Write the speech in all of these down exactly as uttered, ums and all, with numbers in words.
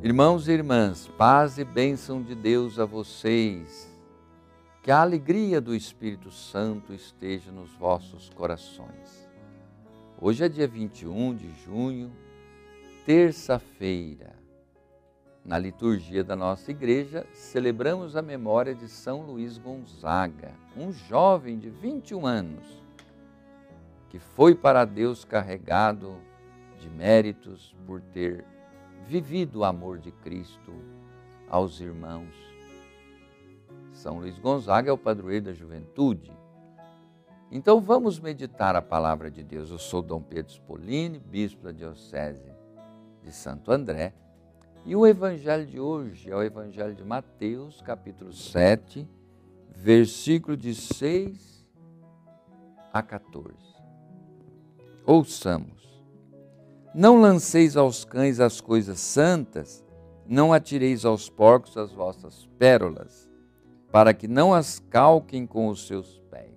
Irmãos e irmãs, paz e bênção de Deus a vocês. Que a alegria do Espírito Santo esteja nos vossos corações. Hoje é dia vinte e um de junho, terça-feira. Na liturgia da nossa igreja, celebramos a memória de São Luís Gonzaga, um jovem de vinte e um anos, que foi para Deus carregado de méritos por ter vivido o amor de Cristo aos irmãos. São Luís Gonzaga é o padroeiro da juventude. Então vamos meditar a palavra de Deus. Eu sou Dom Pedro Spolini, bispo da Diocese de Santo André, e o evangelho de hoje é o evangelho de Mateus, capítulo sete, versículo de seis a quatorze. Ouçamos. Não lanceis aos cães as coisas santas, não atireis aos porcos as vossas pérolas, para que não as calquem com os seus pés.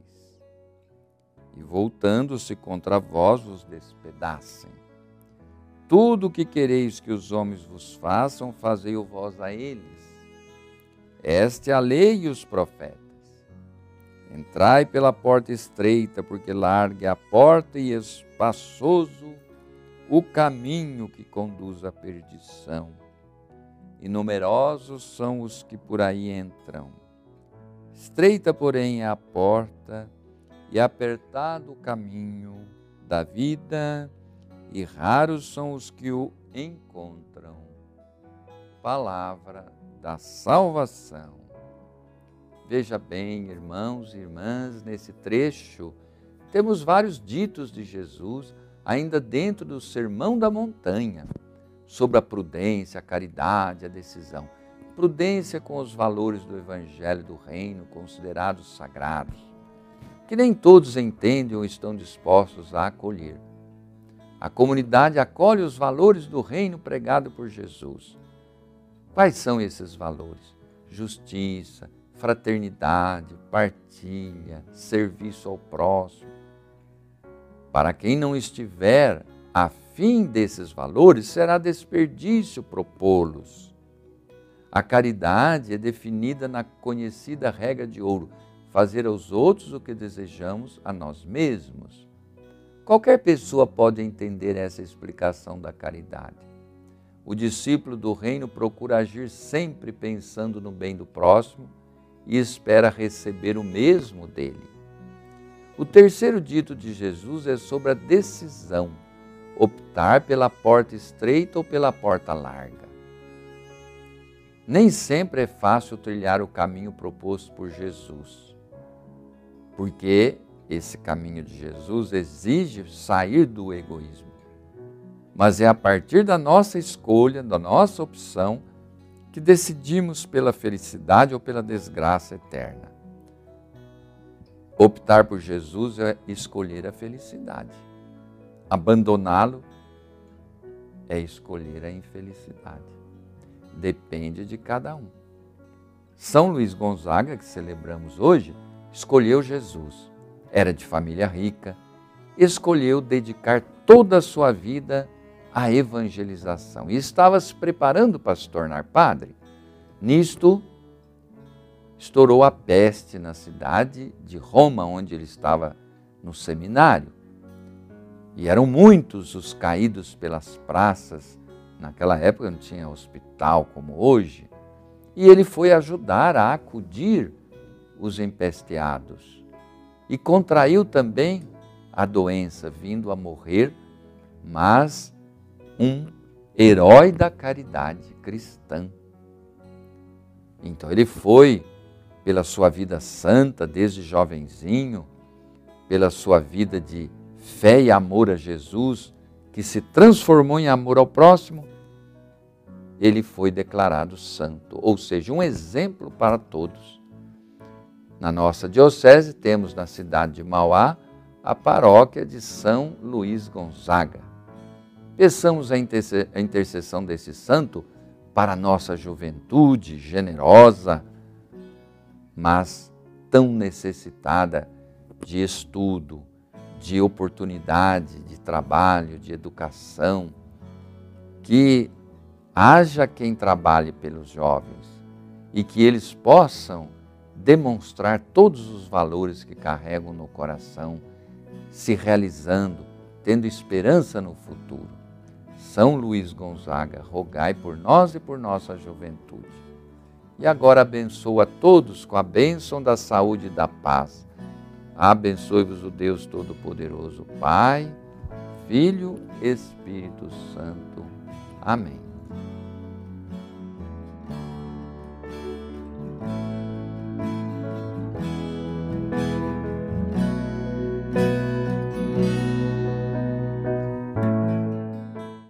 E voltando-se contra vós, vos despedacem. Tudo o que quereis que os homens vos façam, fazei-o vós a eles. Esta é a lei e os profetas. Entrai pela porta estreita, porque larga é a porta e espaçoso o caminho que conduz à perdição, e numerosos são os que por aí entram. Estreita, porém, é a porta, e apertado o caminho da vida, e raros são os que o encontram. Palavra da salvação. Veja bem, irmãos e irmãs, nesse trecho temos vários ditos de Jesus, ainda dentro do Sermão da Montanha, sobre a prudência, a caridade, a decisão. Prudência com os valores do Evangelho do Reino, considerados sagrados, que nem todos entendem ou estão dispostos a acolher. A comunidade acolhe os valores do Reino pregado por Jesus. Quais são esses valores? Justiça, fraternidade, partilha, serviço ao próximo. Para quem não estiver afim desses valores, será desperdício propô-los. A caridade é definida na conhecida regra de ouro: fazer aos outros o que desejamos a nós mesmos. Qualquer pessoa pode entender essa explicação da caridade. O discípulo do reino procura agir sempre pensando no bem do próximo e espera receber o mesmo dele. O terceiro dito de Jesus é sobre a decisão, optar pela porta estreita ou pela porta larga. Nem sempre é fácil trilhar o caminho proposto por Jesus, porque esse caminho de Jesus exige sair do egoísmo. Mas é a partir da nossa escolha, da nossa opção, que decidimos pela felicidade ou pela desgraça eterna. Optar por Jesus é escolher a felicidade. Abandoná-lo é escolher a infelicidade. Depende de cada um. São Luís Gonzaga, que celebramos hoje, escolheu Jesus. Era de família rica, escolheu dedicar toda a sua vida à evangelização e estava se preparando para se tornar padre. Nisto, estourou a peste na cidade de Roma, onde ele estava no seminário. E eram muitos os caídos pelas praças. Naquela época não tinha hospital como hoje. E ele foi ajudar a acudir os empesteados. E contraiu também a doença, vindo a morrer, mas um herói da caridade cristã. Então ele foi, pela sua vida santa, desde jovenzinho, pela sua vida de fé e amor a Jesus, que se transformou em amor ao próximo, ele foi declarado santo, ou seja, um exemplo para todos. Na nossa diocese, temos na cidade de Mauá a paróquia de São Luís Gonzaga. Peçamos a intercessão desse santo para a nossa juventude generosa, mas tão necessitada de estudo, de oportunidade, de trabalho, de educação, que haja quem trabalhe pelos jovens e que eles possam demonstrar todos os valores que carregam no coração, se realizando, tendo esperança no futuro. São Luís Gonzaga, rogai por nós e por nossa juventude. E agora abençoa todos com a bênção da saúde e da paz. Abençoe-vos o Deus Todo-Poderoso, Pai, Filho, Espírito Santo. Amém.